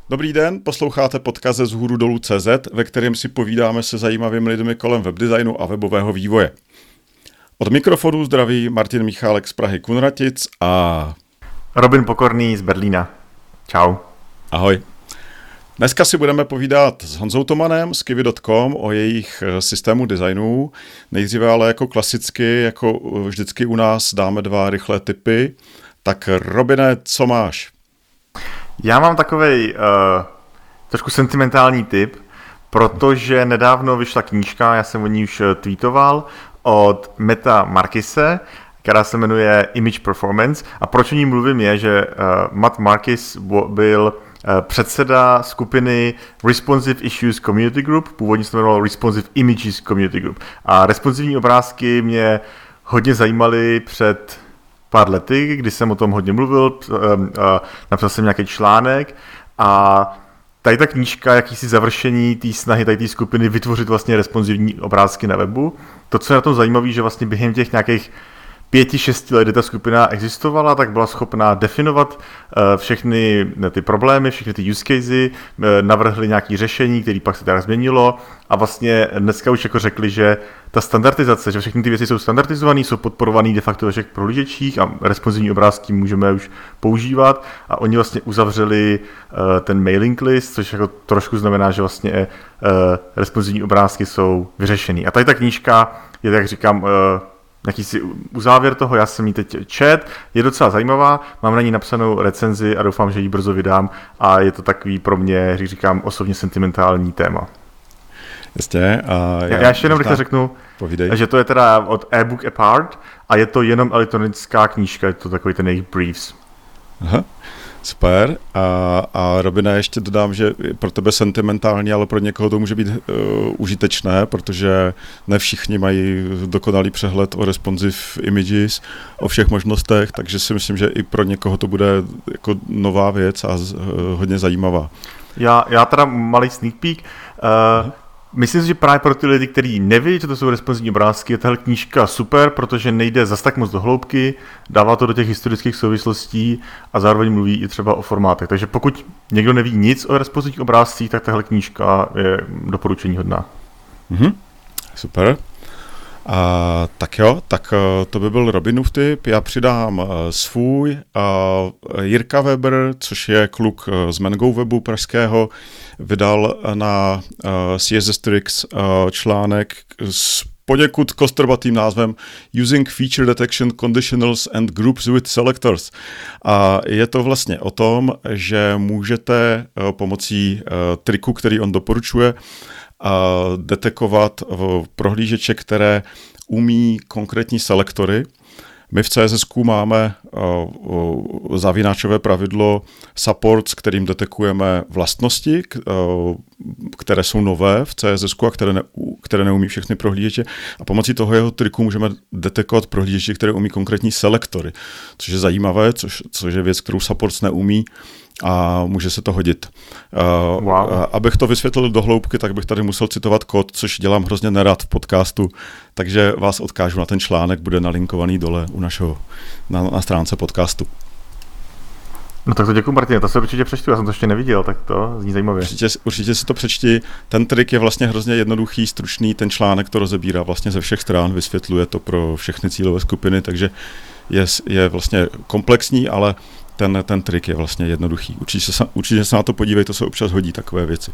Dobrý den, posloucháte podcast ze Vzhůru dolů CZ, ve kterém si povídáme se zajímavými lidmi kolem webdesignu a webového vývoje. Od mikrofonu zdraví Martin Michálek z Prahy Kunratic a Robin Pokorný z Berlína. Čau. Ahoj. Dneska si budeme povídat s Honzou Tomanem z Kiwi.com o jejich systému designu. Nejdříve ale jako klasicky, jako vždycky u nás, dáme dva rychlé tipy. Tak Robine, co máš? Já mám takovej trošku sentimentální tip, protože nedávno vyšla knížka, já jsem o ní už tweetoval, od Meta Marquise, která se jmenuje Image Performance. A proč o ní mluvím je, že Matt Marquis byl předseda skupiny Responsive Issues Community Group, původně se jmenoval Responsive Images Community Group. A responsivní obrázky mě hodně zajímaly před pár lety, kdy jsem o tom hodně mluvil, napsal jsem nějaký článek a tady ta knížka, jakýsi završení té snahy tady té skupiny vytvořit vlastně responsivní obrázky na webu. To, co je na tom zajímavé, že vlastně během těch nějakých 5-6 let, kdy ta skupina existovala, tak byla schopná definovat všechny ty problémy, všechny ty use casey, navrhli nějaké řešení, které pak se teda změnilo a vlastně dneska už jako řekli, že ta standardizace, že všechny ty věci jsou standardizované, jsou podporované de facto ve všech prohlížečích a responsivní obrázky můžeme už používat a oni vlastně uzavřeli ten mailing list, což jako trošku znamená, že vlastně responsivní obrázky jsou vyřešený. A tady ta knížka je, jak říkám, jakýsi uzávěr toho, já jsem ji teď čet, je docela zajímavá, mám na ní napsanou recenzi a doufám, že ji brzo vydám a je to takový pro mě, jak říkám, osobně sentimentální téma. Jasně. A já ještě jenom rychle řeknu, povídej. Že to je teda od eBook Apart a je to jenom elektronická knížka, je to takový ten jejich briefs. Aha. Super. A Robine, ještě dodám, že pro tebe sentimentální, ale pro někoho to může být užitečné, protože ne všichni mají dokonalý přehled o responsive images, o všech možnostech, takže si myslím, že i pro někoho to bude jako nová věc a hodně zajímavá. Já teda malý sneak peek. Myslím si, že právě pro ty lidi, kteří neví, že to jsou responsivní obrázky, je tahle knížka super, protože nejde zas tak moc do hloubky, dává to do těch historických souvislostí a zároveň mluví i třeba o formátech. Takže pokud někdo neví nic o responsivních obrázcích, tak tahle knížka je doporučení hodná. Super. Tak jo, tak to by byl Robinův tip. Já přidám svůj. Jirka Weber, což je kluk z Mango webu pražského, vydal na CSS Tricks článek s poněkud kostrbatým názvem Using Feature Detection Conditionals and Groups with Selectors. A je to vlastně o tom, že můžete pomocí triku, který on doporučuje, detekovat prohlížeče, které umí konkrétní selektory. My v CSS máme zavináčové pravidlo support, s kterým detekujeme vlastnosti, které jsou nové v CSS a které neumí všechny prohlížeče. A pomocí toho jeho triku můžeme detekovat prohlížeče, které umí konkrétní selektory, což je zajímavé, což je věc, kterou support neumí a může se to hodit. Wow. Abych to vysvětlil do hloubky, tak bych tady musel citovat kód, což dělám hrozně nerad v podcastu, takže vás odkážu na ten článek, bude nalinkovaný dole u našeho na stránce podcastu. No tak to děkuji, Martin, to se určitě přečtu, já jsem to ještě neviděl, tak to zní zajímavě. Určitě si to přečti, ten trik je vlastně hrozně jednoduchý, stručný, ten článek to rozebírá vlastně ze všech stran, vysvětluje to pro všechny cílové skupiny, takže je vlastně komplexní, ale ten trik je vlastně jednoduchý. Určitě se na to podívej, to se občas hodí takové věci.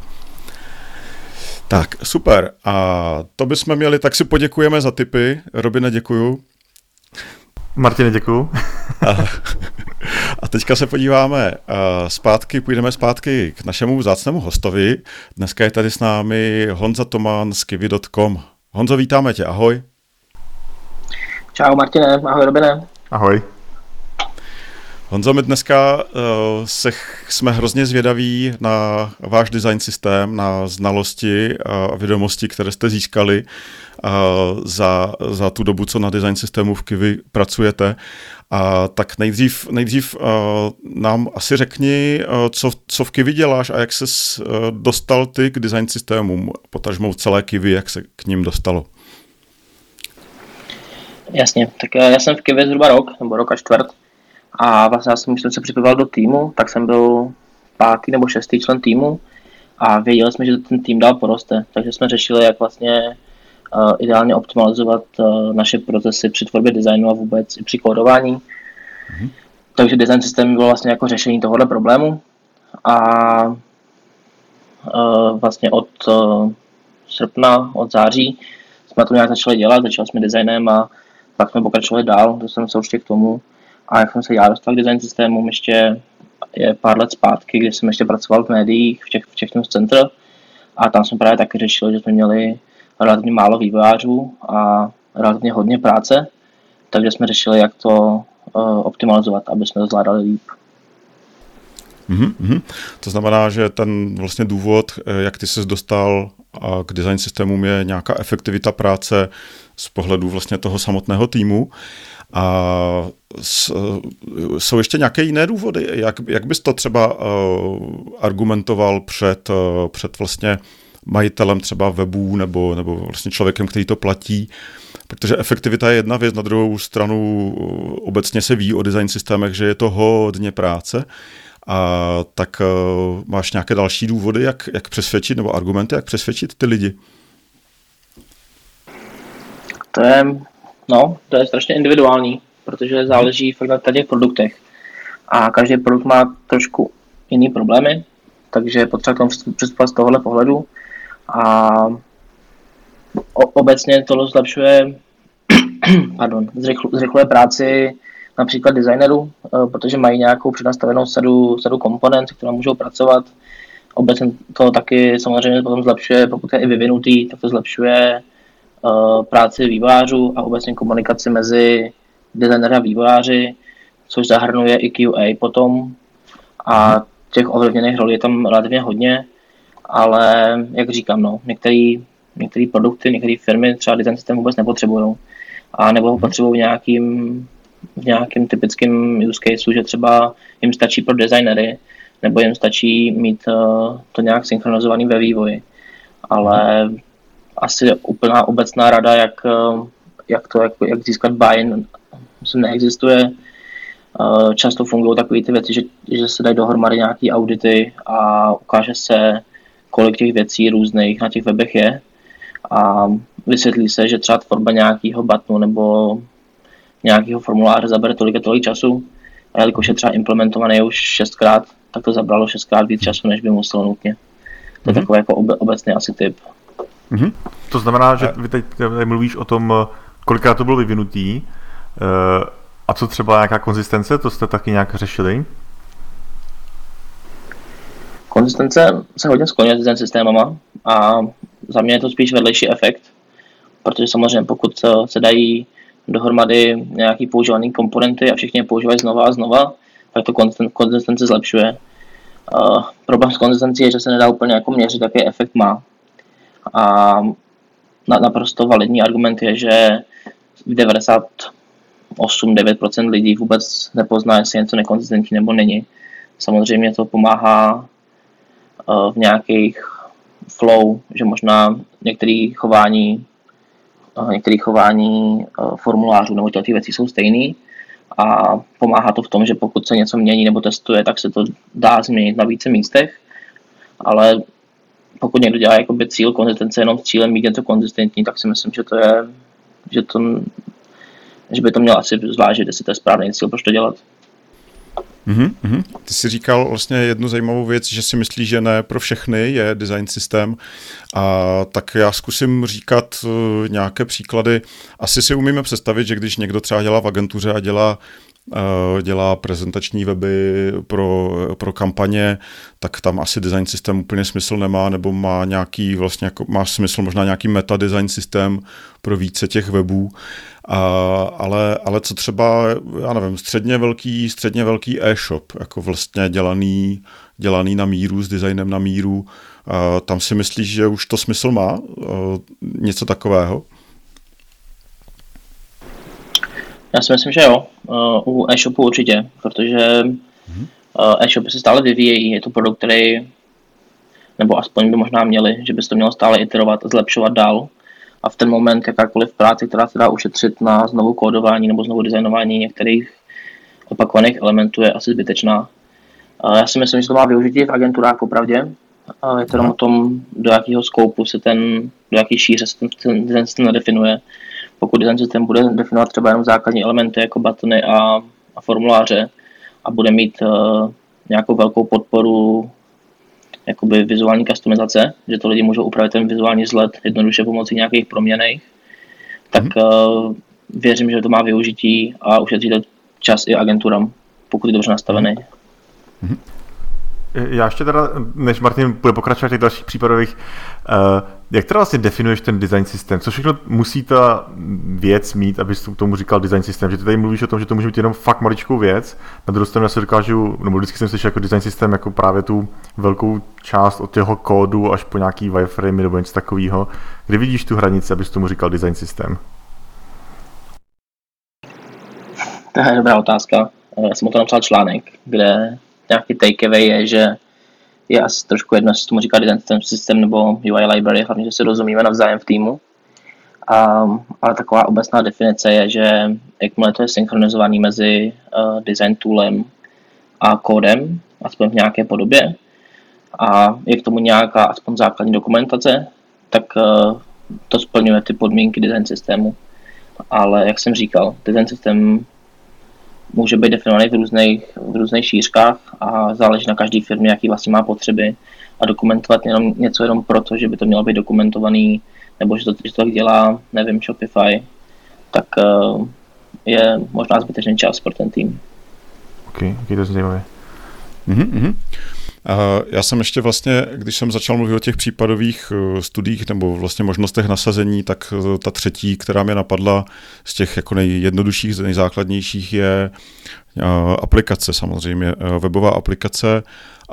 Tak, super. A to bychom měli, tak si poděkujeme za tipy. Robine, děkuju. Martine, děkuju. A teďka se podíváme půjdeme zpátky k našemu vzácnému hostovi. Dneska je tady s námi Honza Toman z Kiwi.com. Honzo, vítáme tě, ahoj. Čau Martine, ahoj Robine. Ahoj. Honzo, my dneska jsme hrozně zvědaví na váš design systém, na znalosti a vědomosti, které jste získali za tu dobu, co na design systému v Kiwi pracujete. Tak nejdřív nám asi řekni, co v Kiwi děláš a jak ses dostal ty k design systémům, potažmo v celé Kiwi, jak se k ním dostalo. Jasně, tak já jsem v Kiwi zhruba rok a čtvrt a vlastně já jsem, když jsem se připojoval do týmu, tak jsem byl 5. nebo 6. člen týmu a věděli jsme, že ten tým dál poroste, takže jsme řešili, jak vlastně ideálně optimalizovat naše procesy při tvorbě designu a vůbec i při kódování. Takže design systém byl vlastně jako řešení tohohle problému a vlastně od srpna, od září jsme to nějak začali jsme designem a pak jsme pokračovali dál, to jsem se určitě k tomu. A jak jsem se já dostal k design systémům, ještě je pár let zpátky, kdy jsem ještě pracoval v médiích, v Czech Center a tam jsme právě taky řešili, že jsme měli relativně málo vývojářů a relativně hodně práce, takže jsme řešili, jak to optimalizovat, aby jsme to zvládali líp. To znamená, že ten vlastně důvod, jak ty ses dostal k design systémům, je nějaká efektivita práce z pohledu vlastně toho samotného týmu. A jsou ještě nějaké jiné důvody? Jak bys to třeba argumentoval před vlastně majitelem třeba webů nebo vlastně člověkem, který to platí? Protože efektivita je jedna věc, na druhou stranu obecně se ví o design systémech, že je to hodně práce. A tak máš nějaké další důvody, jak přesvědčit, nebo argumenty, jak přesvědčit ty lidi? To je strašně individuální, protože záleží fakt na těch produktech. A každý produkt má trošku jiný problémy, takže je potřeba k tomu přistupovat z tohohle pohledu. A obecně to zlepšuje zrychluje práci například designerů, protože mají nějakou přednastavenou sadu komponent, které můžou pracovat. Obecně to taky samozřejmě potom zlepšuje, pokud je i vyvinutý, tak to zlepšuje práci vývojářů a obecně komunikaci mezi designery a vývojáři, což zahrnuje i QA potom. A těch ovlivněných rolí je tam relativně hodně, ale jak říkám, některé produkty, některé firmy třeba design systém vůbec nepotřebují. A nebo ho potřebují v nějakým typickým use caseu, že třeba jim stačí pro designery, nebo jim stačí mít to nějak synchronizovaný ve vývoji. Ale asi úplná obecná rada, jak získat buy-in, neexistuje. Často fungují takové ty věci, že se dají dohromady nějaké audity a ukáže se, kolik těch věcí různých na těch webech je. A vysvětlí se, že třeba tvorba nějakého buttonu nebo nějakého formuláře zabere tolik a tolik času. A jelikož je třeba implementovaný už 6krát, tak to zabralo 6krát víc času, než by muselo nutně. To je takový jako obecný asi tip. To znamená, že vy teď mluvíš o tom, kolikrát to bylo vyvinutý, a co třeba nějaká konzistence, to jste taky nějak řešili? Konzistence se hodně skloňuje s design systémama a za mě je to spíš vedlejší efekt, protože samozřejmě pokud se dají dohromady nějaký používaný komponenty a všichni je používají znova a znova, tak to konzistence zlepšuje. Problém s konzistencí je, že se nedá úplně jako měřit, jaký efekt má. A naprosto validní argument je, že 98-9% lidí vůbec nepozná, jestli je něco nekonzistentní nebo není. Samozřejmě to pomáhá v nějakých flow, že možná některé chování formulářů nebo ty věci jsou stejný a pomáhá to v tom, že pokud se něco mění nebo testuje, tak se to dá změnit na více místech, ale pokud někdo dělá jakoby cíl konzistence jenom s cílem mít něco konzistentní, tak si myslím, že by to mělo asi zvážit, jestli to je správný cíl, proč to dělat. Ty jsi říkal vlastně jednu zajímavou věc, že si myslíš, že ne pro všechny je design systém, a tak já zkusím říkat nějaké příklady. Asi si umíme představit, že když někdo třeba dělá v agentuře a dělá prezentační weby pro kampaně, tak tam asi design systém úplně smysl nemá, nebo má nějaký vlastně jako, má smysl možná nějaký meta design systém pro více těch webů. Ale co třeba, já nevím, středně velký e-shop, jako vlastně dělaný na míru, s designem na míru, tam si myslíš, že už to smysl má? Něco takového? Já si myslím, že jo. U e-shopu určitě, protože e-shopy se stále vyvíjejí. Je to produkt, který, nebo aspoň by možná měli, že by se to mělo stále iterovat a zlepšovat dál. A v ten moment jakákoliv práce, která se dá ušetřit na znovu kódování nebo znovu designování některých opakovaných elementů, je asi zbytečná. Já si myslím, že to má využití v agenturách opravdě. Je to jenom o tom, do jakého skoupu do jaký šíře se ten design systém nadefinuje. Pokud design systém bude definovat třeba jenom základní elementy jako batony a formuláře a bude mít nějakou velkou podporu jakoby vizuální customizace, že to lidi můžou upravit ten vizuální vzhled jednoduše pomocí nějakých proměnných, tak věřím, že to má využití a ušetří to čas i agenturám, pokud je dobře nastavený. Já ještě teda, než Martin bude pokračovat v těch dalších případových, jak teda vlastně definuješ ten design systém? Co všechno musí ta věc mít, abys tomu říkal design systém? Že ty tady mluvíš o tom, že to může být jenom fakt maličkou věc, na druhou stranu já si dokážu, nebo vždycky jsem slyšel jako design systém jako právě tu velkou část od těho kódu až po nějaký wireframe nebo něco takového. Kdy vidíš tu hranici, abys tomu říkal design systém? To je dobrá otázka. Já jsem o tom napsal článek, kde nějaký takeaway je, že je asi trošku jedno, jestli tomu říká design systém nebo UI library, hlavně, že se rozumíme navzájem v týmu. Ale taková obecná definice je, že jakmile to je synchronizovaný mezi design toolem a kódem, aspoň v nějaké podobě, a je k tomu nějaká aspoň základní dokumentace, tak to splňuje ty podmínky design systému. Ale jak jsem říkal, design systém může být definovaný v různých šířkách a záleží na každé firmě, jaký vlastně má potřeby, a dokumentovat něco jenom proto, že by to mělo být dokumentovaný, nebo že to tak dělá, nevím, Shopify, tak je možná zbytečný čas pro ten tým. Ok, to je zajímavé. Já jsem ještě vlastně, když jsem začal mluvit o těch případových studiích nebo vlastně možnostech nasazení, tak ta třetí, která mě napadla z těch jako nejjednodušších, nejzákladnějších, je aplikace samozřejmě, webová aplikace,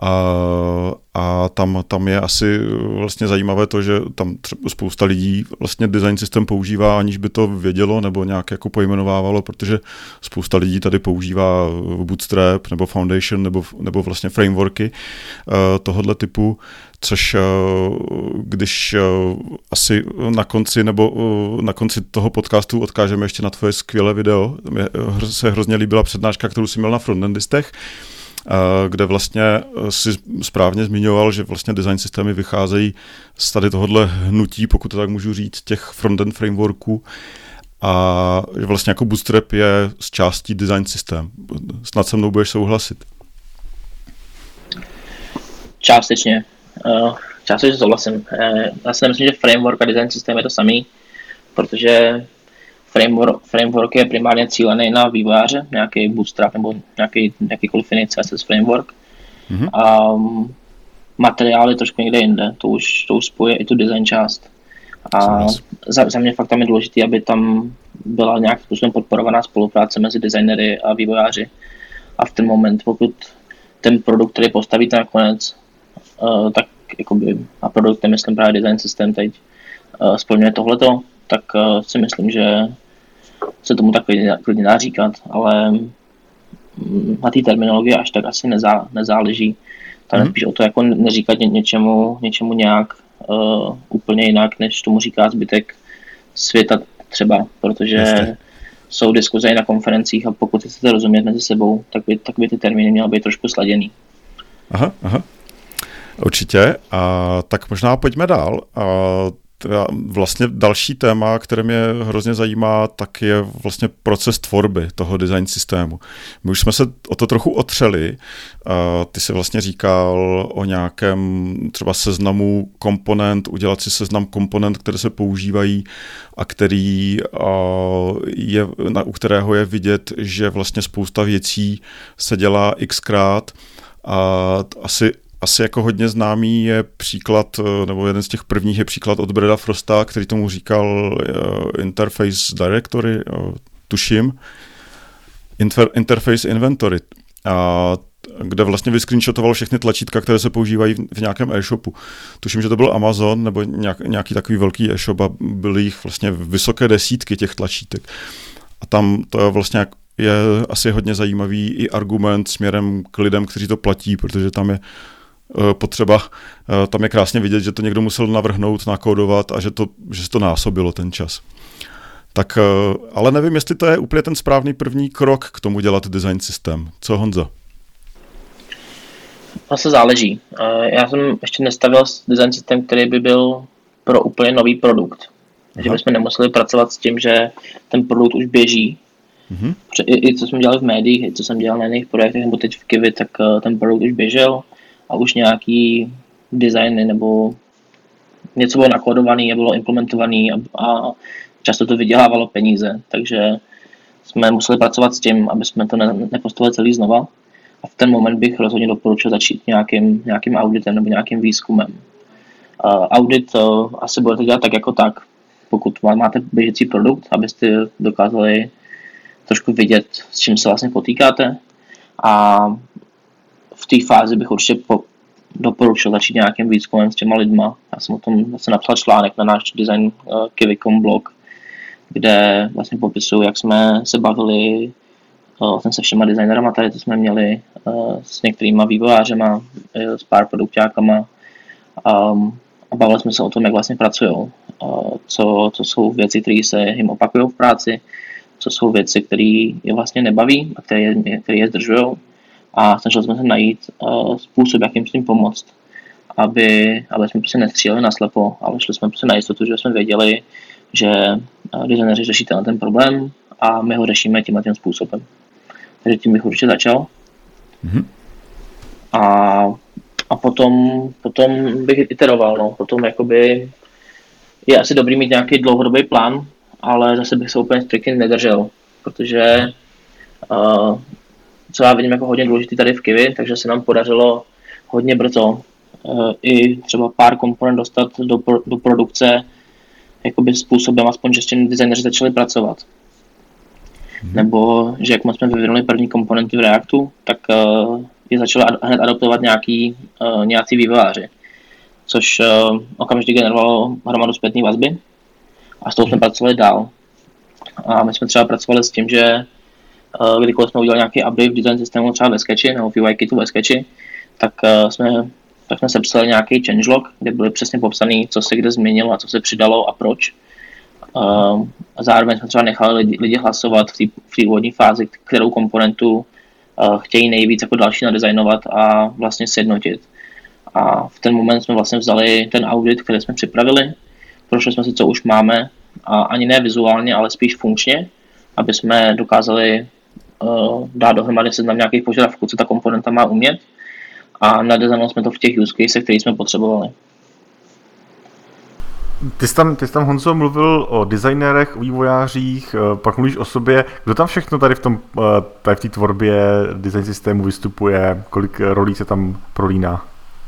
a tam je asi vlastně zajímavé to, že tam spousta lidí vlastně design systém používá, aniž by to vědělo nebo nějak jako pojmenovávalo, protože spousta lidí tady používá Bootstrap nebo Foundation nebo vlastně frameworky tohohle typu, což když asi na konci toho podcastu odkážeme ještě na tvoje skvělé video. Mně se hrozně líbila přednáška, kterou jsi měl na frontendistech, kde vlastně si správně zmiňoval, že vlastně design systémy vycházejí z tady tohohle hnutí, pokud to tak můžu říct, těch frontend frameworků, a že vlastně jako Bootstrap je z částí design systém. Snad se mnou budeš souhlasit. Částečně souhlasím. Já si nemyslím, že framework a design systém je to samý, protože framework je primárně cílený na vývojáře, nějaký Bootstrap nebo jakýkoliv jiný CSS framework. A materiál je trošku někde jinde, to už spojuje i tu design část. A za mě fakt tam je důležité, aby tam byla nějakým způsobem podporovaná spolupráce mezi designery a vývojáři. A v ten moment, pokud ten produkt, který postavíte nakonec, tak jakoby, a produktem myslím právě design systém teď, splňuje tohleto, tak si myslím, že se tomu tak klidně dá říkat, ale na té terminologii až tak asi nezáleží. Tam spíš o to jako neříkat něčemu nějak úplně jinak, než tomu říká zbytek světa třeba, protože jsou diskuze na konferencích a pokud si chcete rozumět mezi sebou, tak by ty termíny měly být trošku sladěný. Aha. Určitě. Tak možná pojďme dál. Vlastně další téma, které mě hrozně zajímá, tak je vlastně proces tvorby toho design systému. My už jsme se o to trochu otřeli. Ty jsi vlastně říkal o nějakém třeba seznamu komponent, udělat si seznam komponent, které se používají a u kterého je vidět, že vlastně spousta věcí se dělá xkrát. A asi jako hodně známý je příklad, nebo jeden z těch prvních je příklad od Breda Frosta, který tomu říkal Interface Directory, tuším, Interface Inventory, kde vlastně vyscreenshotoval všechny tlačítka, které se používají v nějakém e-shopu. Tuším, že to byl Amazon nebo nějaký takový velký e-shop a byly jich vlastně vysoké desítky těch tlačítek. A tam to vlastně je asi hodně zajímavý i argument směrem k lidem, kteří to platí, protože tam je tam je krásně vidět, že to někdo musel navrhnout, nakódovat a že se to násobilo ten čas. Tak, ale nevím, jestli to je úplně ten správný první krok k tomu dělat design systém. Co, Honzo? Zase záleží. Já jsem ještě nestavil design systém, který by byl pro úplně nový produkt. Že bychom nemuseli pracovat s tím, že ten produkt už běží. I co jsme dělali v médiích, i co jsem dělal na jiných projektech, nebo teď v Kiwi, tak ten produkt už běžel a už nějaký designy nebo něco bylo nakodované a bylo implementované a často to vydělávalo peníze. Takže jsme museli pracovat s tím, aby jsme to nepostavili celý znova. A v ten moment bych rozhodně doporučil začít nějakým auditem nebo nějakým výzkumem. Audit asi budete dělat tak jako tak, pokud máte běžící produkt, abyste dokázali trošku vidět, s čím se vlastně potýkáte. A v té fázi bych určitě doporučil začít nějakým výzkumem s těma lidma. Já jsem o tom zase napsal článek na náš design Kiwi.com blog, kde vlastně popisuju, jak jsme se bavili vlastně se všema designerama tady, co jsme měli, s některýma vývojářema, s pár produkťákama a bavili jsme se o tom, jak vlastně pracujou, co jsou věci, které se jim opakují v práci, co jsou věci, které je vlastně nebaví a které je zdržují. A snažili jsme se najít způsob, jak jim s tím pomoct, aby jsme prostě nestříleli naslepo, ale šli jsme prostě na jistotu, že jsme věděli, že designéři řeší ten problém a my ho řešíme tím způsobem. Takže tím bych určitě začal. A potom bych iteroval. No. Potom jakoby je asi dobrý mít nějaký dlouhodobý plán, ale zase bych se úplně striktně nedržel, protože co já vidím jako hodně důležitý tady v Kiwi, takže se nám podařilo hodně brzo i třeba pár komponent dostat do produkce jakoby způsobem, aspoň, že s tím designéři začali pracovat. Nebo, že jak jsme vyvinuli první komponenty v Reactu, tak je začali hned adoptovat nějací vývojáři, což okamžitě generovalo hromadu zpětné vazby a s toho jsme pracovali dál. A my jsme třeba pracovali s tím, že kdykoliv jsme udělali nějaký update v design systému třeba ve Sketchi nebo v UI kitu ve Sketchi, tak jsme sepsali nějaký changelog, kde byly přesně popsaný, co se kde změnilo a co se přidalo a proč. A zároveň jsme třeba nechali lidi hlasovat v té úvodní fázi, kterou komponentu chtějí nejvíc jako další nadizajnovat a vlastně sjednotit. A v ten moment jsme vlastně vzali ten audit, který jsme připravili, prošli jsme si, co už máme, a ani ne vizuálně, ale spíš funkčně, aby jsme dokázali dát dohromady seznam nějakých požadavků, co ta komponenta má umět, a nadizajnovali jsme to v těch use casech, které jsme potřebovali. Ty jsi tam, Honzo, mluvil o designérech, o vývojářích, pak mluvíš o sobě. Kdo tam všechno tady v té tvorbě design systému vystupuje? Kolik rolí se tam prolíná?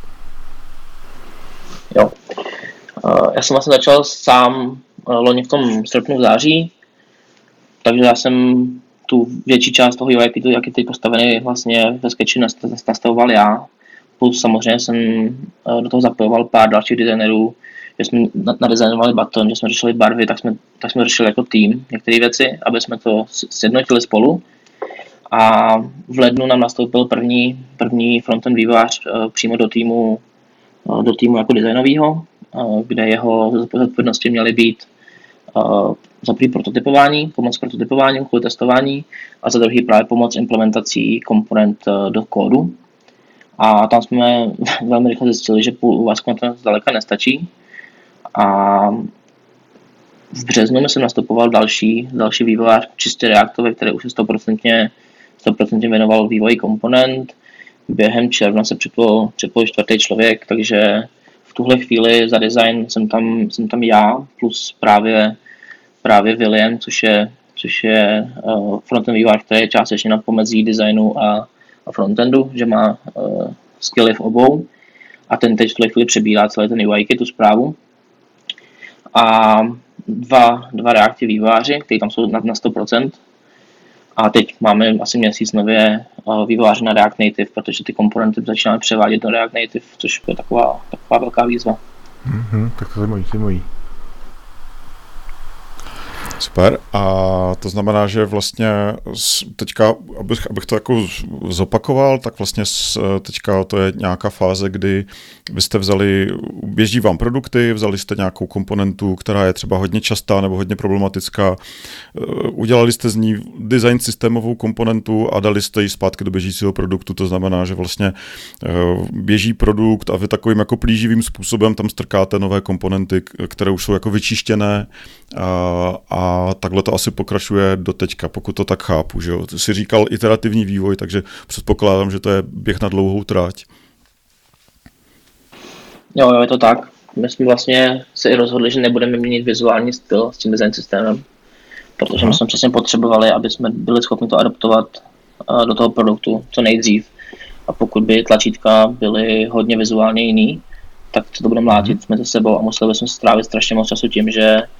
Jo. Já jsem vlastně začal sám loni v tom srpnu, v září, takže já jsem tu větší část toho UI kitu, jak je teď postavený, vlastně ve Sketchi nastavoval já. Plus samozřejmě jsem do toho zapojoval pár dalších designérů, že jsme nadizajnovali baton, že jsme řešili barvy, tak jsme řešili jako tým některé věci, aby jsme to sjednotili spolu. A v lednu nám nastoupil první frontend vývojář přímo do týmu jako designového, kde jeho zodpovědnosti měly být za první prototypování, pomoc prototypování, kvůli testování, a za druhý právě pomoc implementací komponent do kódu. A tam jsme velmi rychle zjistili, že půl úvazku na to zdaleka nestačí. A v březnu jsem nastupoval další vývojář čistě Reactový, který už se 100% věnoval vývoji komponent. Během června se připojil čtvrtý člověk, takže v tuhle chvíli za design jsem tam já, plus právě William, což je frontend vývojář, který je částečně na pomezí designu a frontendu, že má skilly v obou, a ten teď v tuhle chvíli přebírá celý ten UI kit, tu zprávu. A dva reaktiv vývojáři, kteří tam jsou na 100%. A teď máme asi měsíc nově vývojáři na React Native, protože ty komponenty začínáme převádět do React Native, což je taková velká výzva. Tak to je zajímavý. Super. A to znamená, že vlastně teďka, abych to jako zopakoval, tak vlastně teďka to je nějaká fáze, kdy vy jste běží vám produkty, vzali jste nějakou komponentu, která je třeba hodně častá nebo hodně problematická, udělali jste z ní design systémovou komponentu a dali jste ji zpátky do běžícího produktu, to znamená, že vlastně běží produkt a vy takovým jako plíživým způsobem tam strkáte nové komponenty, které už jsou jako vyčištěné a takhle to asi pokračuje do teďka, pokud to tak chápu, že jo. Ty jsi říkal iterativní vývoj, takže předpokládám, že to je běh na dlouhou trať. Jo, je to tak. My jsme vlastně se i rozhodli, že nebudeme měnit vizuální styl s tím design systémem, protože my jsme přesně potřebovali, aby jsme byli schopni to adaptovat do toho produktu co nejdřív. A pokud by tlačítka byly hodně vizuálně jiný, tak to bude mlátit mezi sebou a museli bychom strávit strašně moc času tím,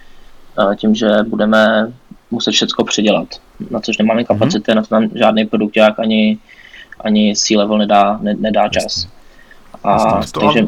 že budeme muset všechno předělat, na což nemáme kapacity, na to nám žádný produkták ani C-level nedá čas. Takže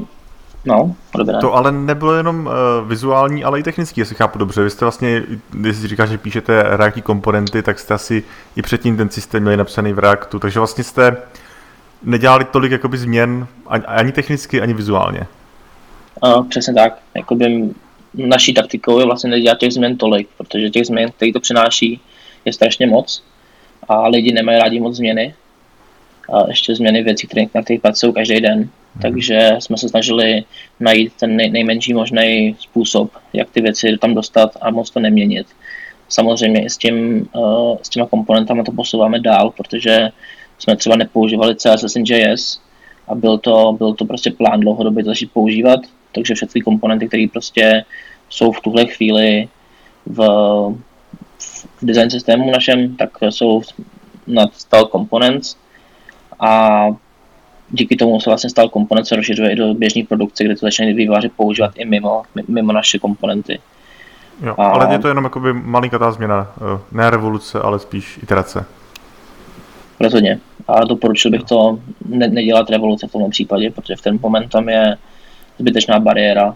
to ale nebylo jenom vizuální, ale i technický, jestli chápu dobře. Vy jste vlastně, když si říkáš, že píšete Reactní komponenty, tak jste asi i předtím ten systém měli napsaný v Reactu, takže vlastně jste nedělali tolik jakoby změn ani technicky, ani vizuálně. Přesně tak. Jakoby naší taktikou je vlastně nedělat těch změn tolik, protože těch změn, které to přináší, je strašně moc a lidi nemají rádi moc změny. A ještě změny věcí, na kterých pracují každý den. Takže jsme se snažili najít ten nejmenší možný způsob, jak ty věci tam dostat a moc to neměnit. Samozřejmě i s těma komponentama to posouváme dál, protože jsme třeba nepoužívali CSS in JS a byl to prostě plán dlouhodobě to začít používat, takže všechny komponenty, které prostě jsou v tuhle chvíli v design systému našem, tak jsou nad Style Components a díky tomu se vlastně Style Components se rozšiřuje i do běžné produkce, kde to začínají vývojáři používat i mimo naše komponenty. Jo, ale je to jenom jakoby malinkatá změna, ne revoluce, ale spíš iterace. Rozhodně. A doporučil bych to nedělat revoluce v tomto případě, protože v ten moment tam je zbytečná bariéra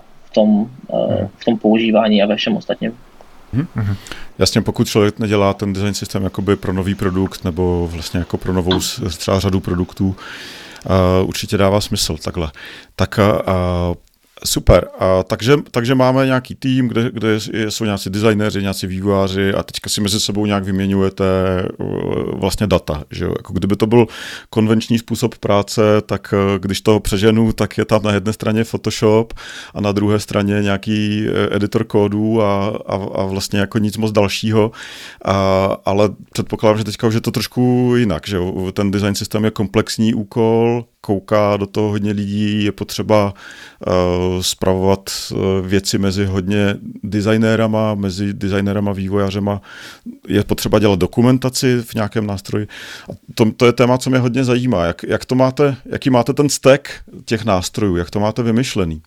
v tom používání a ve všem ostatním. Jasně, pokud člověk nedělá ten design systém jakoby pro nový produkt nebo vlastně jako pro novou třeba řadu produktů, určitě dává smysl takhle. Tak super. Takže máme nějaký tým, kde jsou nějací designéři, nějací vývojáři a teďka si mezi sebou nějak vyměňujete vlastně data. Že jo? Jako kdyby to byl konvenční způsob práce, tak když to přeženu, tak je tam na jedné straně Photoshop a na druhé straně nějaký editor kódů a vlastně jako nic moc dalšího. Ale předpokládám, že teďka už je to trošku jinak. Že jo? Ten design systém je komplexní úkol, kouká do toho hodně lidí, je potřeba spravovat věci mezi hodně designérama, mezi designérama, vývojářema, je potřeba dělat dokumentaci v nějakém nástroji. A to je téma, co mě hodně zajímá. Jaký máte ten stack těch nástrojů, jak to máte vymyšlený?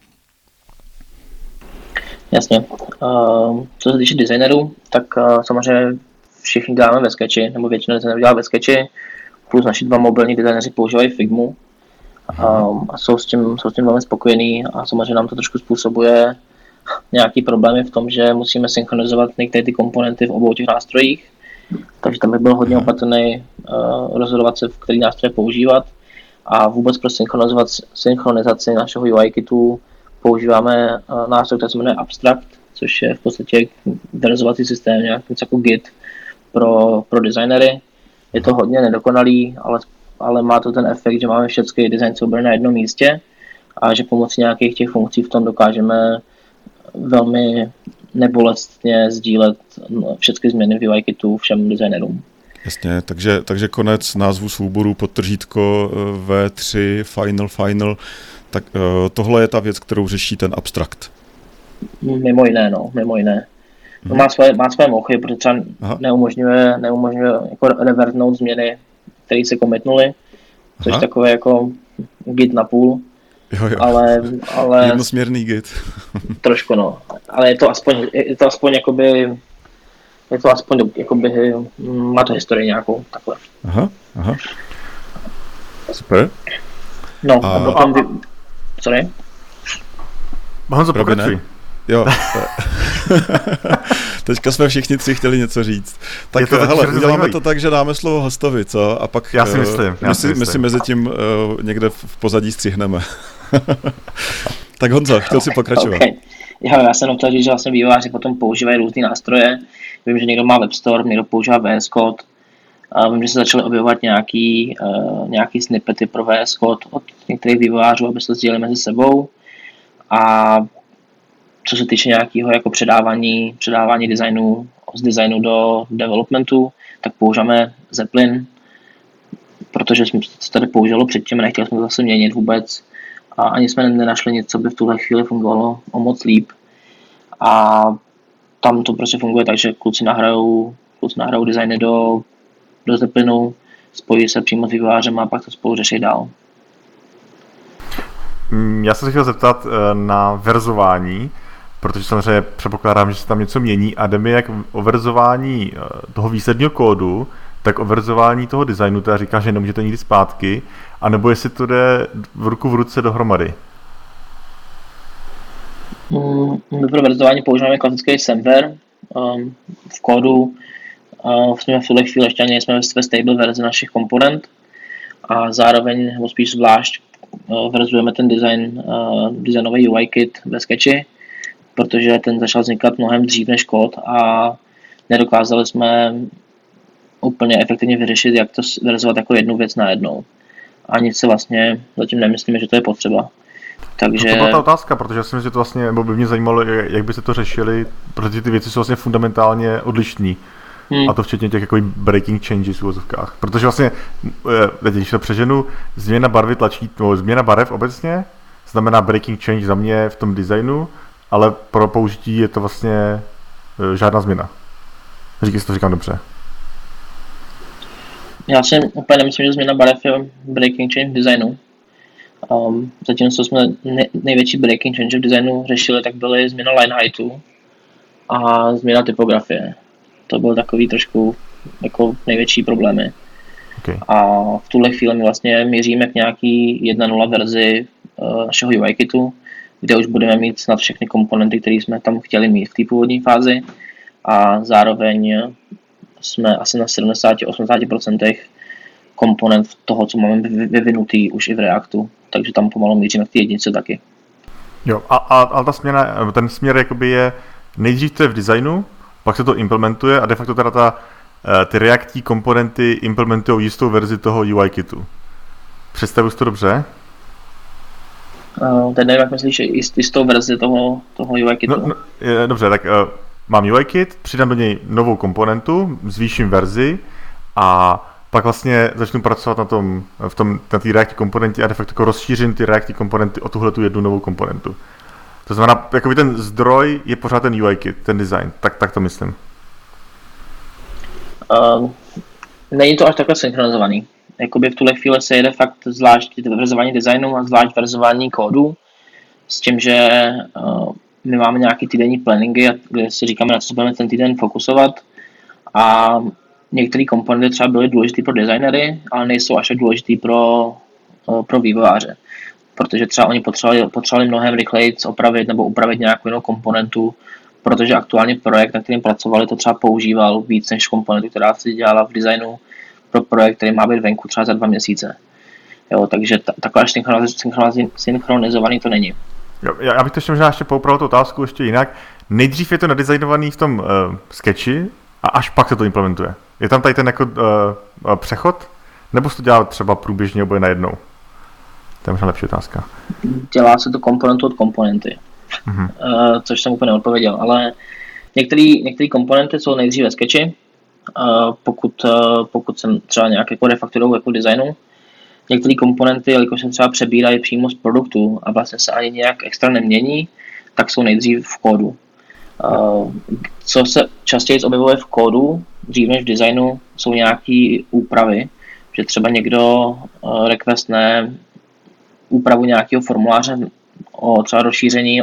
Jasně. Co se týče designerů, tak samozřejmě všichni děláme ve Sketchi, nebo většina designerů dělá ve Sketchi, plus naši dva mobilní designéři používají Figmu a jsou s tím velmi spokojení a samozřejmě nám to trošku způsobuje nějaký problémy v tom, že musíme synchronizovat některé ty komponenty v obou těch nástrojích, takže tam by byl hodně opatrný rozhodovat se, v který nástroje používat a vůbec pro synchronizaci našeho UI kitu používáme nástroj, který se jmenuje Abstract, což je v podstatě verzovací systém, nějaký jako Git pro designery. Je to hodně nedokonalý, ale má to ten efekt, že máme všechny design soubory na jednom místě a že pomocí nějakých těch funkcí v tom dokážeme velmi nebolestně sdílet všechny změny v UI kitu všem designérům. Jasně, takže konec názvu souboru podtržítko V3 Final, tak tohle je ta věc, kterou řeší ten Abstract. Mimo jiné. Má své mochy, protože třeba neumožňuje jako revertnout změny, které se commitnuly, což takové jako git na půl. Jo. Ale jednosměrný git. Trošku ale je to aspoň jakoby má to historii nějakou takhle. Aha. Super. No, a potom sorry? Honzo, pokračuj. Jo. Teďka jsme všichni tři chtěli něco říct. Tak hele, uděláme to tak, že dáme slovo hostovi, co? A pak já si myslím. My si mezi tím někde v pozadí střihneme. Tak Honzo, chtěl si pokračovat. Okay. Jo, já jsem chtěl říct, že vlastně vývojáři potom používají různé nástroje. Vím, že někdo má WebStorm, někdo používá VS Code. Vím, že se začaly objevovat nějaký snippety pro VS Code od některých vývojářů, aby se to sdíleli mezi sebou. A co se týče nějakého jako předávání designu z designu do developmentu, tak používáme Zeppelin, protože jsme to tady použilo předtím, nechtěli jsme to zase měnit vůbec a ani jsme nenašli nic, co by v tuhle chvíli fungovalo o moc líp. A tam to prostě funguje tak, že kluci nahrajou designy do Zeppelinu, spojí se přímo s vývojářem a pak to spolu řeší dál. Já jsem se chtěl zeptat na verzování, protože samozřejmě předpokládám, že se tam něco mění a jde mi jak o verzování toho výsledního kódu, tak o verzování toho designu, teda říká, že nemůžete nikdy zpátky, anebo jestli to jde v ruku v ruce dohromady. My pro verzování používáme klasický semver v kódu. V tuhle chvíli ještě ani nejsme ve stable verzi našich komponent a zároveň, nebo spíš zvlášť, verzujeme ten designový UI kit ve Sketchi, protože ten začal vznikat mnohem dřív než kód a nedokázali jsme úplně efektivně vyřešit, jak to verzovat jako jednu věc najednou. A nic se vlastně zatím nemyslíme, že to je potřeba. Takže... To byla ta otázka, protože já si myslím, že to vlastně, nebo by mě zajímalo, jak byste to řešili, protože ty věci jsou vlastně fundamentálně odlišný. A to včetně těch jako breaking changes v uvozovkách. Protože vlastně, když to přeženu, změna barvy tlačítko, změna barev obecně znamená breaking change za mě v tom designu, ale pro použití je to vlastně žádná změna. Jestli to říkám dobře. Já si úplně nemyslím, že změna barev je breaking change v designu. Zatímco jsme největší breaking change v designu řešili, tak byly změna line heightu a změna typografie. To byl takový trošku jako největší problémy. Okay. A v tuhle chvíli my vlastně míříme k nějaký 1.0 verzi našeho UI kitu, kde už budeme mít snad všechny komponenty, které jsme tam chtěli mít v té původní fázi a zároveň jsme asi na 70-80% komponent toho, co máme vyvinutý už i v Reactu, takže tam pomalu míříme k té jednice taky. Jo, a ta směna, ten směr jakoby je nejdřív to je v designu, pak se to implementuje a de facto teda ty Reactí komponenty implementují jistou verzi toho UI kitu. Představuji si to dobře? Teď nevím, jak myslíš, jistou verzi toho UI kitu. Dobře, tak mám UI kit, přidám do něj novou komponentu, zvýším verzi a pak vlastně začnu pracovat na té Reactí komponenty a de facto jako rozšířím ty Reactí komponenty o tuhletu jednu novou komponentu. To znamená, jakoby ten zdroj je pořád ten UI kit, ten design, tak to myslím. Není to až takhle synchronizovaný. Jakoby v tuhle chvíli se jede fakt zvlášť verzování designu a zvlášť verzování kódu, s tím, že my máme nějaký týdenní planningy, kde si říkáme, na co se budeme ten týden fokusovat a některé komponenty třeba byly důležité pro designery, ale nejsou až tak důležité pro vývojáře. Protože třeba oni potřebovali mnohem rychleji opravit nebo upravit nějakou jinou komponentu, protože aktuálně projekt, na kterým pracovali, to třeba používal víc než komponentu, která se dělala v designu pro projekt, který má být venku třeba za 2 měsíce. Jo, takže takové synchronizovaný to není. Jo, já bych to ještě poupravil tu otázku ještě jinak. Nejdřív je to nadizajnovaný v tom Sketchi a až pak se to implementuje. Je tam tady ten jako přechod? Nebo se to dělá třeba průběžně oboje najednou? To je možná lepší otázka. Dělá se to komponentu od komponenty, což jsem úplně neodpověděl, ale některé komponenty jsou nejdřív ve Sketchi, pokud jsem třeba nějak jako refaktorou jako designu. Některé komponenty, jelikož se třeba přebírají přímo z produktu a vlastně se ani nějak extra nemění, tak jsou nejdřív v kódu. Co se častěji objevuje v kódu, dřív než v designu, jsou nějaké úpravy, že třeba někdo requestne úpravu nějakého formuláře o třeba rozšíření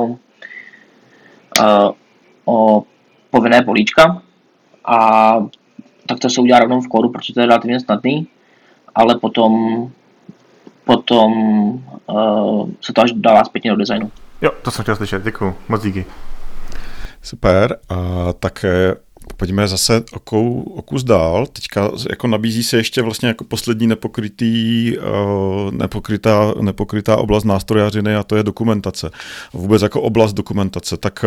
o povinné políčka a tak to se udělá rovnou v kódu, protože to je relativně snadný, ale potom se to až dává zpětně do designu. Jo, to jsem chtěl slyšet, děkuju, moc díky. Super, tak pojďme zase o kus dál. Teďka jako nabízí se ještě vlastně jako poslední nepokrytá oblast nástrojařiny a to je dokumentace. Vůbec jako oblast dokumentace. Tak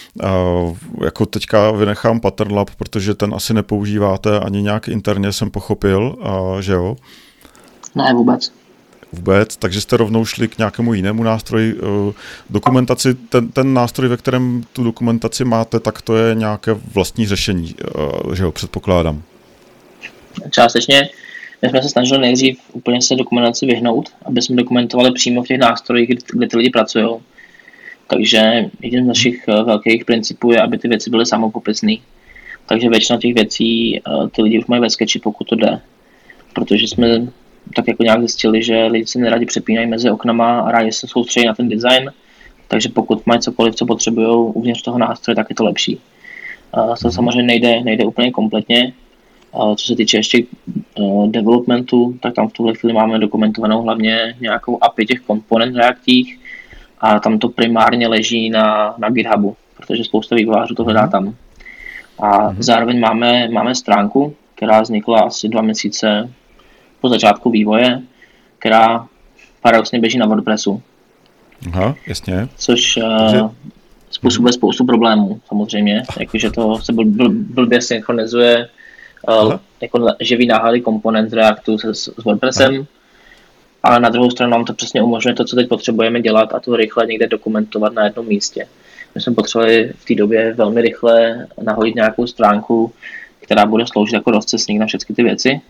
jako teďka vynechám Pattern Lab, protože ten asi nepoužíváte ani nějak interně, jsem pochopil, že jo? Ne, vůbec, takže jste rovnou šli k nějakému jinému nástroji. Dokumentaci, ten nástroj, ve kterém tu dokumentaci máte, tak to je nějaké vlastní řešení, že jo, předpokládám. Částečně. My jsme se snažili nejdřív úplně se dokumentaci vyhnout, aby jsme dokumentovali přímo v těch nástrojích, kde ty lidi pracují. Takže jeden z našich velkých principů je, aby ty věci byly samopopisné. Takže většina těch věcí ty lidi už mají ve sketchi, pokud to jde. Protože jsme tak jako nějak zjistili, že lidi se neradi přepínají mezi oknama a rádi se soustředí na ten design, takže pokud mají cokoliv, co potřebují uvnitř toho nástroje, tak je to lepší. To samozřejmě nejde úplně kompletně. Co se týče ještě developmentu, tak tam v tuhle chvíli máme dokumentovanou hlavně nějakou API těch komponent reaktích a tam to primárně leží na GitHubu, protože spousta vývojářů to hledá tam. A zároveň máme stránku, která vznikla asi 2 měsíce po začátku vývoje, která paradoxně běží na WordPressu. Aha, jasně. Což způsobuje spoustu problémů, samozřejmě. Jakože to se blbě synchronizuje jako živý náhledy komponent Reactu s WordPressem, ale na druhou stranu nám to přesně umožňuje to, co teď potřebujeme dělat a to rychle někde dokumentovat na jednom místě. My jsme potřebovali v té době velmi rychle nahodit nějakou stránku, která bude sloužit jako rozcestník na všechny ty věci.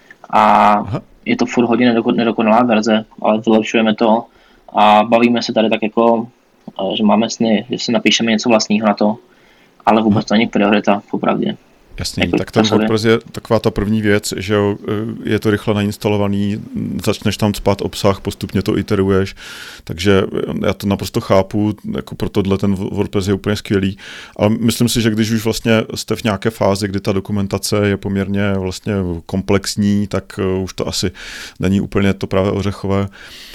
A je to furt hodně nedokonalá verze, ale vylepšujeme to a bavíme se tady tak jako, že máme sny, že si napíšeme něco vlastního na to, ale vůbec to není priorita, popravdě. Jasně, jako tak ten WordPress je taková ta první věc, že je to rychle nainstalovaný, začneš tam cpat obsah, postupně to iteruješ, takže já to naprosto chápu, jako pro tohle ten WordPress je úplně skvělý, ale myslím si, že když už vlastně jste v nějaké fázi, kdy ta dokumentace je poměrně vlastně komplexní, tak už to asi není úplně to právě ořechové.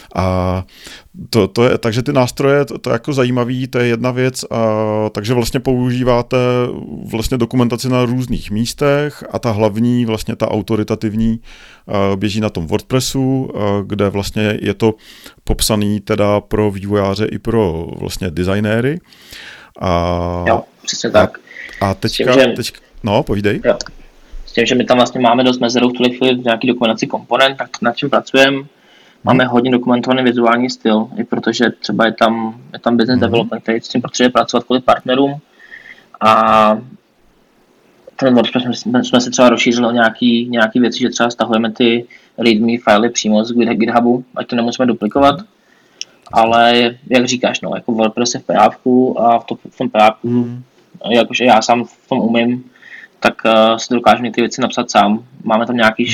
A to je, takže ty nástroje, to je jako zajímavý, to je jedna věc, takže vlastně používáte vlastně dokumentaci na různých místech a ta hlavní, vlastně ta autoritativní běží na tom WordPressu, kde vlastně je to popsaný teda pro vývojáře i pro vlastně designéry. Jo, přesně tak. A teďka, no, povídej. Jo. S tím, že my tam vlastně máme dost mezerů v tuhle chvíli v nějaký dokumentaci komponent, tak nad čím pracujeme. Máme hodně dokumentovaný vizuální styl, i protože třeba je tam business development, který s tím potřebuje pracovat kvůli partnerům. A ten WordPress jsme si třeba rozšířili o nějaký věci, že třeba stahujeme ty readme filey přímo z GitHubu, ať to nemusíme duplikovat. Ale jak říkáš, no, jako WordPress je v PHP a v tom PHP, jakože já sám v tom umím, tak si dokážu ty věci napsat sám. Máme tam nějaký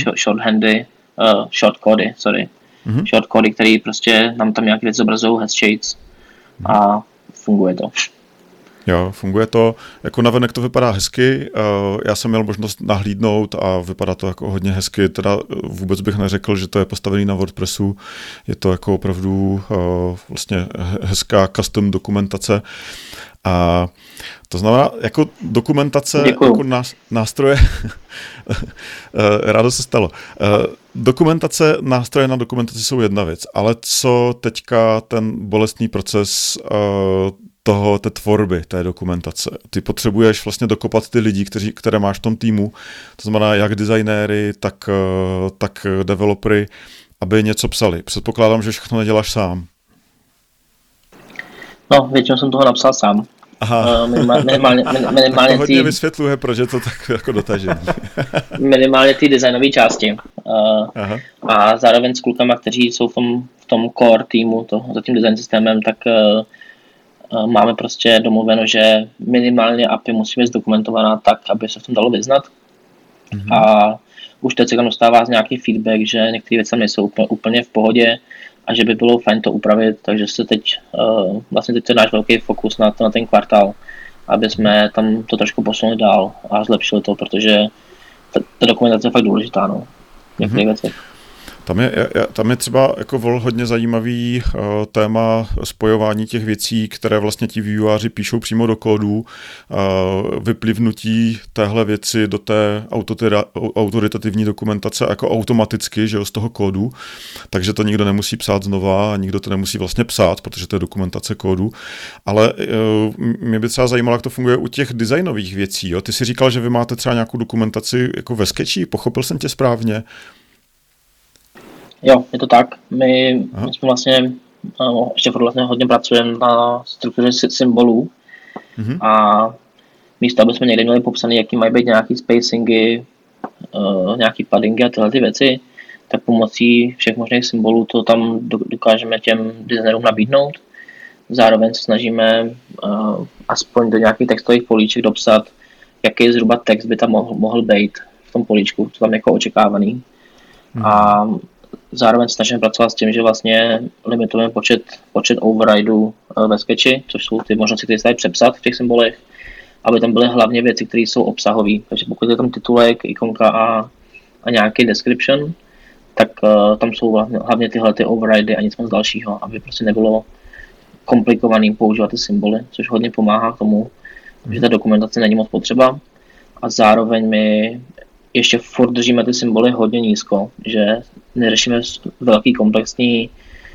shortcody, který prostě nám tam nějaké věci zobrazují, has shades a funguje to. Jo, funguje to, jako navenek to vypadá hezky, já jsem měl možnost nahlídnout a vypadá to jako hodně hezky, teda vůbec bych neřekl, že to je postavený na WordPressu, je to jako opravdu vlastně hezká custom dokumentace a to znamená, jako dokumentace, jako nástroje, rádo se stalo, dokumentace, nástroje na dokumentaci jsou jedna věc, ale co teďka ten bolestný proces té tvorby, té dokumentace. Ty potřebuješ vlastně dokopat ty lidi, které máš v tom týmu, to znamená jak designéry, tak developery, aby něco psali. Předpokládám, že všechno neděláš sám. No, většinou jsem toho napsal sám. Aha. Minimálně to hodně vysvětluje, proč je to tak jako dotažený. Minimálně ty designové části. A zároveň s klukama, kteří jsou v tom core týmu, za tím design systémem, tak máme prostě domluveno, že minimálně API musí být zdokumentovaná tak, aby se v tom dalo vyznat. A už teď se tam dostává z nějaký feedback, že některé věci tam nejsou úplně v pohodě a že by bylo fajn to upravit, takže se teď to je náš velký fokus na ten kvartál, aby jsme tam to trošku posunuli dál a zlepšili to, protože ta dokumentace je fakt důležitá, no, v některých věcech. Tam je třeba jako hodně zajímavý téma spojování těch věcí, které vlastně ti vývojáři píšou přímo do kódu, vyplivnutí téhle věci do té autoritativní dokumentace jako automaticky, že jo, z toho kódu, takže to nikdo nemusí psát znova a nikdo to nemusí vlastně psát, protože to je dokumentace kódu, ale mě by třeba zajímalo, jak to funguje u těch designových věcí. Jo? Ty jsi říkal, že vy máte třeba nějakou dokumentaci jako ve Sketchi, pochopil jsem tě správně? Jo, je to tak. My jsme vlastně ještě vlastně hodně pracujeme na struktuře symbolů a místo, aby jsme někde měli popsané, jaký mají být nějaký spacingy, nějaký paddingy a tyhle ty věci, tak pomocí všech možných symbolů to tam dokážeme těm designerům nabídnout. Zároveň se snažíme aspoň do nějakých textových políček dopsat, jaký zhruba text by tam mohl být v tom políčku, co tam jako očekávaný. A zároveň snažíme pracovat s tím, že vlastně limitujeme počet overrideů ve Sketchi, což jsou ty možnosti, které se dají přepsat v těch symbolech, aby tam byly hlavně věci, které jsou obsahové. Takže pokud je tam titulek, ikonka a nějaký description, tak tam jsou hlavně tyhle ty overridy a nic moc dalšího, aby prostě nebylo komplikovaný používat ty symboly, což hodně pomáhá k tomu, že ta dokumentace není moc potřeba. A zároveň my ještě furt držíme ty symboly hodně nízko, že neřešíme velký komplexní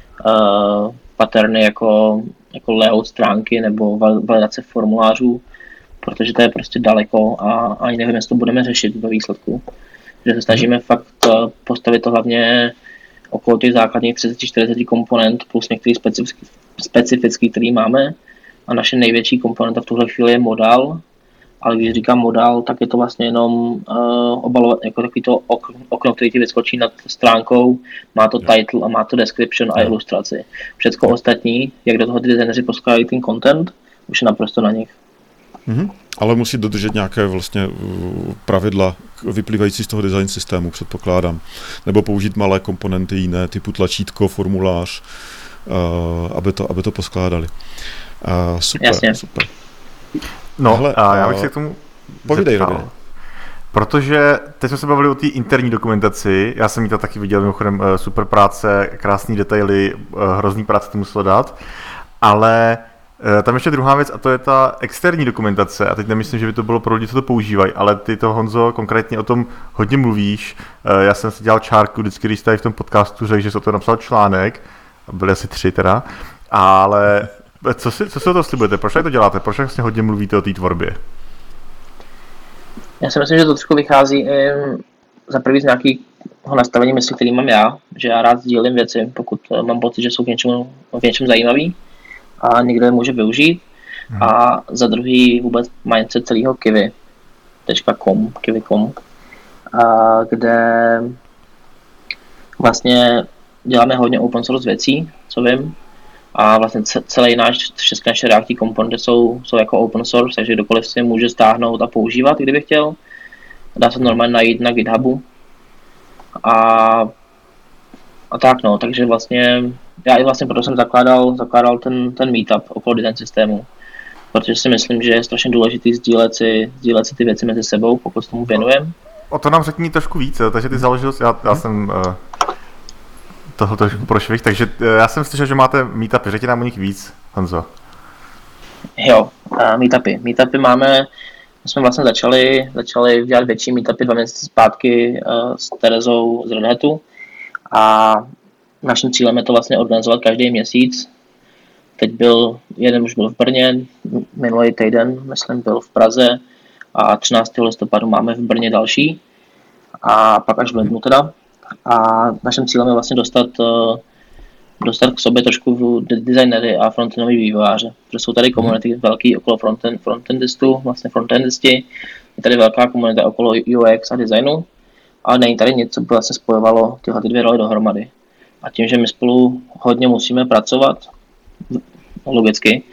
patterny jako layout stránky nebo validace formulářů, protože to je prostě daleko a ani nevím, jestli to budeme řešit ve výsledku. Že se snažíme fakt postavit to hlavně okolo těch základních 30-40 komponent plus některý specifický, který máme. A naše největší komponenta v tuhle chvíli je modál, ale když říkám modál, tak je to vlastně jenom obalovat, jako takový to okno, který ti vyskočí nad stránkou, má to title a má to description a ilustraci. Všecko ostatní, jak do toho ty designeři poskládají ten content, už je naprosto na nich. Ale musí dodržet nějaké vlastně pravidla vyplývající z toho design systému, předpokládám. Nebo použít malé komponenty jiné, typu tlačítko, formulář, aby to poskládali. Super, jasně. Super. No, hele, a já bych se k tomu povídej, Robin. Protože teď jsme se bavili o té interní dokumentaci, já jsem jí to taky viděl, mimochodem super práce, krásný detaily, hrozný práce to muselo dát, ale tam ještě druhá věc a to je ta externí dokumentace a teď nemyslím, že by to bylo pro lidi, co to používají, ale ty to, Honzo, konkrétně o tom hodně mluvíš. Já jsem si dělal čárku vždycky, když jsi v tom podcastu řekl, že jsi o to napsal článek, byly asi 3 teda, ale co si o to slibujete? Proč to děláte? Proč vlastně hodně mluvíte o té tvorbě? Já si myslím, že to trošku vychází za prvý z nějakého nastavení mysli, který mám já, že já rád sdílím věci, pokud mám pocit, že jsou v něčem zajímavý a někdo je může využít. A za druhý vůbec mindset celého Kivy.com, kde vlastně děláme hodně open source věcí, co vím. A vlastně celý všechny naše Reacty komponenty jsou jako open source, takže kdokoliv si je může stáhnout a používat, kdyby chtěl. Dá se normálně najít na GitHubu. A tak no, takže vlastně já i vlastně proto jsem zakládal ten meetup okolo design systému. Protože si myslím, že je strašně důležitý sdílet si ty věci mezi sebou, pokud tomu věnujeme. O to nám řekni trošku víc, takže ty založil, já jsem toho trošku prošvih, takže já jsem slyšel, že máte meetupy, řekni nám o nich víc, Honzo. Jo, meetupy máme, jsme vlastně začali dělat větší meetupy 2 měsíce zpátky s Terezou z Red Hatu a naším cílem je to vlastně organizovat každý měsíc. Teď jeden už byl v Brně, minulý týden, myslím, byl v Praze a 13. listopadu máme v Brně další a pak až v lednu teda. A naším cílem je vlastně dostat k sobě trošku designery a frontendoví vývojáře, protože jsou tady komunity velký okolo frontendistů, vlastně frontendisti, je tady velká komunita okolo UX a designu, ale není tady nic, co by vlastně spojovalo tyhle 2 role dohromady. A tím, že my spolu hodně musíme pracovat, logicky,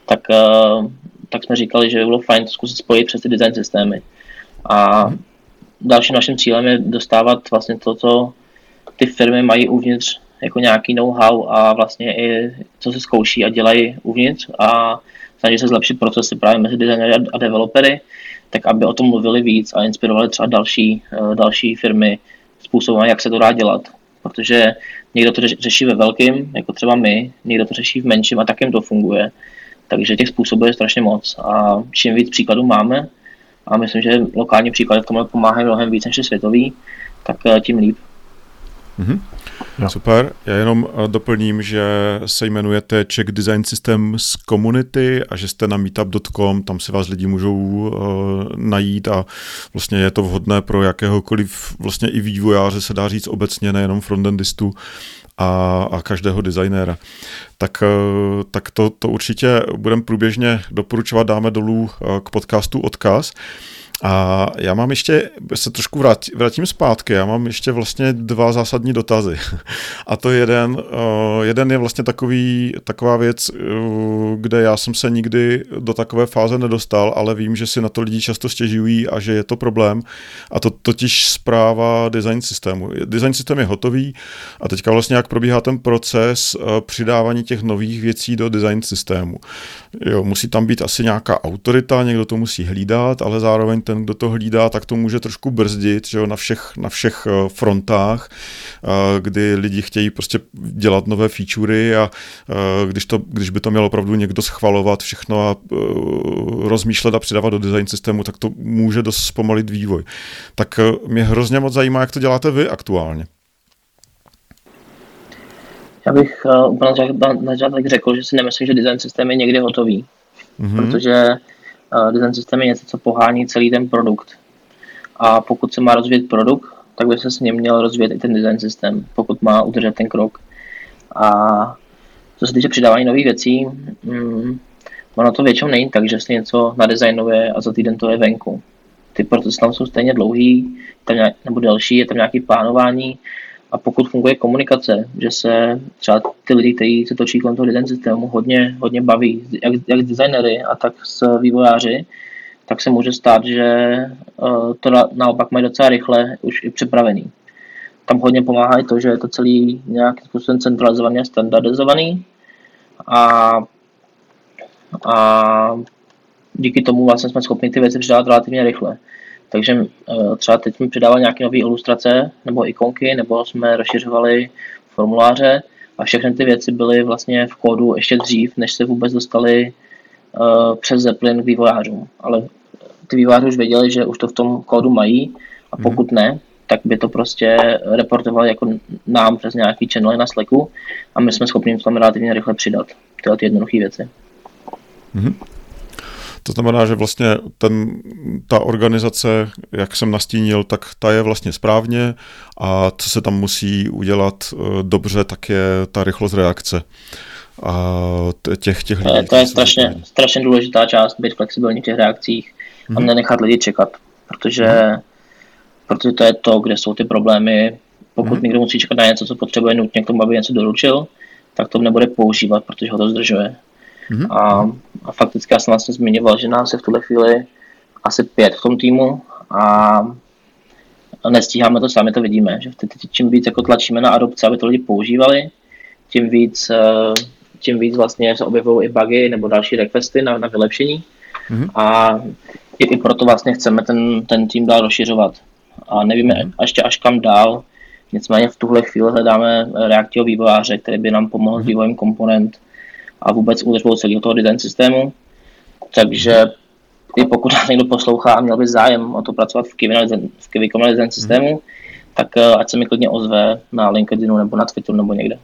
tak jsme říkali, že by bylo fajn zkusit spojit přes ty design systémy. A dalším naším cílem je dostávat vlastně to, co ty firmy mají uvnitř jako nějaký know-how a vlastně i co se zkouší a dělají uvnitř a snaží se zlepšit procesy právě mezi designery a developery, tak aby o tom mluvili víc a inspirovali třeba další firmy způsobem, jak se to dá dělat. protože někdo to řeší ve velkým, jako třeba my, někdo to řeší v menším a tak jim to funguje. Takže těch způsobů je strašně moc a čím víc příkladů máme, a myslím, že lokální příklady v tomhle pomáhají mnohem víc než světový, tak tím líp. Mm-hmm. Super, já jenom doplním, že se jmenujete Czech Design System z Community a že jste na meetup.com, tam si vás lidi můžou najít a vlastně je to vhodné pro jakéhokoliv vlastně i vývojáře, se dá říct obecně, nejenom frontendistu a každého designéra. Tak to určitě budeme průběžně doporučovat, dáme dolů k podcastu odkaz. A já mám ještě, se trošku vrátím zpátky, já mám ještě vlastně 2 zásadní dotazy. A to jeden je vlastně taková věc, kde já jsem se nikdy do takové fáze nedostal, ale vím, že si na to lidi často stěžují a že je to problém. A to totiž správa design systému. Design systém je hotový a teďka vlastně jak probíhá ten proces přidávání těch nových věcí do design systému. Jo, musí tam být asi nějaká autorita, někdo to musí hlídat, ale zároveň ten, kdo to hlídá, tak to může trošku brzdit, že jo, na všech frontách, kdy lidi chtějí prostě dělat nové featurey a když by to mělo opravdu někdo schvalovat všechno a rozmýšlet a přidávat do design systému, tak to může dost zpomalit vývoj. Tak mě hrozně moc zajímá, jak to děláte vy aktuálně. Já bych úplně na začátek řekl, že si nemyslím, že design systém je někdy hotový, protože design systém je něco, co pohání celý ten produkt. A pokud se má rozvíjet produkt, tak by se s ním měl rozvíjet i ten design systém, pokud má udržet ten krok. A co se týče přidávání nových věcí, ono to většinou není tak, že se něco nadizajnuje a za týden to je venku. Ty procesy tam jsou stejně dlouhý, nebo delší, je tam nějaké plánování. A pokud funguje komunikace, že se třeba ty lidi, kteří se točí kolem toho design systému, hodně baví, jak s designery a tak s vývojáři, tak se může stát, že to naopak mají docela rychle už i připravený. Tam hodně pomáhá i to, že je to celý nějakým způsobem centralizovaný a standardizovaný a díky tomu vlastně jsme schopni ty věci přidávat relativně rychle. Takže třeba teď jsme přidávali nějaké nové ilustrace nebo ikonky, nebo jsme rozšiřovali formuláře a všechny ty věci byly vlastně v kódu ještě dřív, než se vůbec dostali přes Zeppelin k vývojářům. Ale ty vývojáři už věděli, že už to v tom kódu mají a pokud ne, tak by to prostě reportovali jako nám přes nějaký channel na Slacku a my jsme schopni tam relativně rychle přidat tyhle ty jednoduché věci. Mm-hmm. To znamená, že vlastně ta organizace, jak jsem nastínil, tak ta je vlastně správně a co se tam musí udělat dobře, tak je ta rychlost reakce. A těch lidí, to je strašně důležitá část, být flexibilní v těch reakcích a nenechat lidi čekat, protože to je to, kde jsou ty problémy. Pokud někdo musí čekat na něco, co potřebuje nutně k tomu, aby něco doručil, tak to nebude používat, protože ho to zdržuje. A fakticky já jsem vlastně zmiňoval, že nás je v tuhle chvíli asi 5 v tom týmu a nestíháme to sami, to vidíme, že čím víc jako tlačíme na adopci, aby to lidi používali, tím víc vlastně se objevují i bugy nebo další requesty na vylepšení a i proto vlastně chceme ten tým dál rozšiřovat a nevíme ještě až kam dál, nicméně v tuhle chvíli hledáme reaktivního vývojáře, který by nám pomohl s vývojem komponent a vůbec údržbou celého toho design systému. Takže i pokud někdo poslouchá a měl by zájem o to pracovat v Kiwi design systému, tak ať se mi klidně ozve na LinkedInu nebo na Twitteru nebo někde.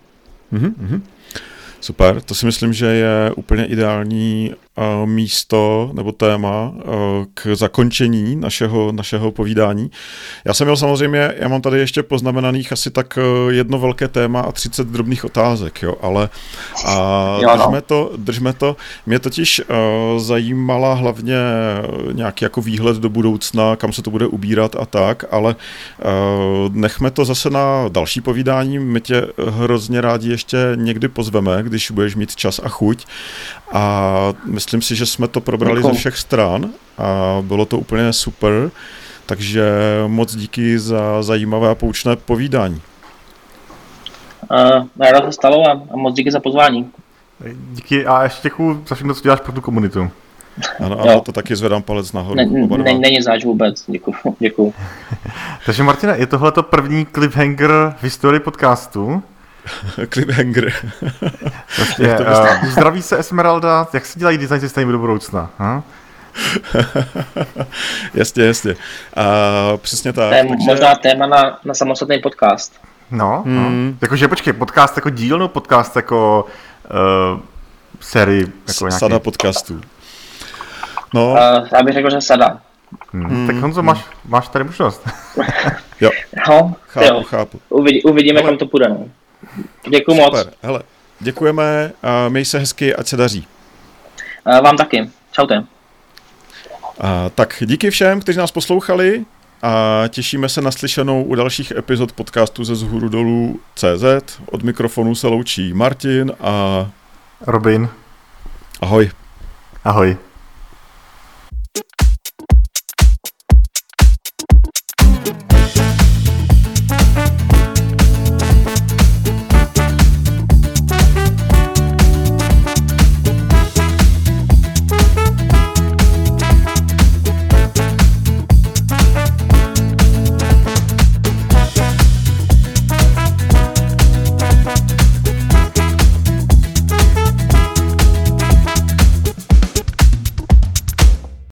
Super, to si myslím, že je úplně ideální místo nebo téma k zakončení našeho povídání. Já mám tady ještě poznamenaných asi tak jedno velké téma a 30 drobných otázek, jo, ale držme to. Mě totiž zajímala hlavně nějaký jako výhled do budoucna, kam se to bude ubírat a tak, ale nechme to zase na další povídání. My tě hrozně rádi ještě někdy pozveme, když budeš mít čas a chuť. A myslím si, že jsme to probrali ze všech stran a bylo to úplně super, takže moc díky za zajímavé a poučné povídání. Ráda se stalo a moc díky za pozvání. Díky a ještě děkuju za všechno, co děláš pro tu komunitu. Ano, to taky zvedám palec nahoru. Není záč vůbec, děkuju. Takže Martine, je tohleto první cliffhanger v historii podcastu? Cliffhanger. Prostě, zdraví se Esmeralda, jak se dělají design systémy do budoucna? Jasně. Přesně tak. To je možná téma na samostatný podcast. No. Jakože počkej, podcast jako díl, no podcast jako sérii. Jako nějaký... Sada podcastů. No. Já bych řekl, že sada. Tak Honzo, máš tady možnost. Jo. No, chápu. Uvidíme, kam to půjde. No. Děkuju moc. Hele, děkujeme a měj se hezky, ať se daří. Vám taky. Čaute. Tak díky všem, kteří nás poslouchali a těšíme se na slyšenou u dalších epizod podcastu ze Zhůru dolů CZ. Od mikrofonu se loučí Martin a Robin. Ahoj. Ahoj.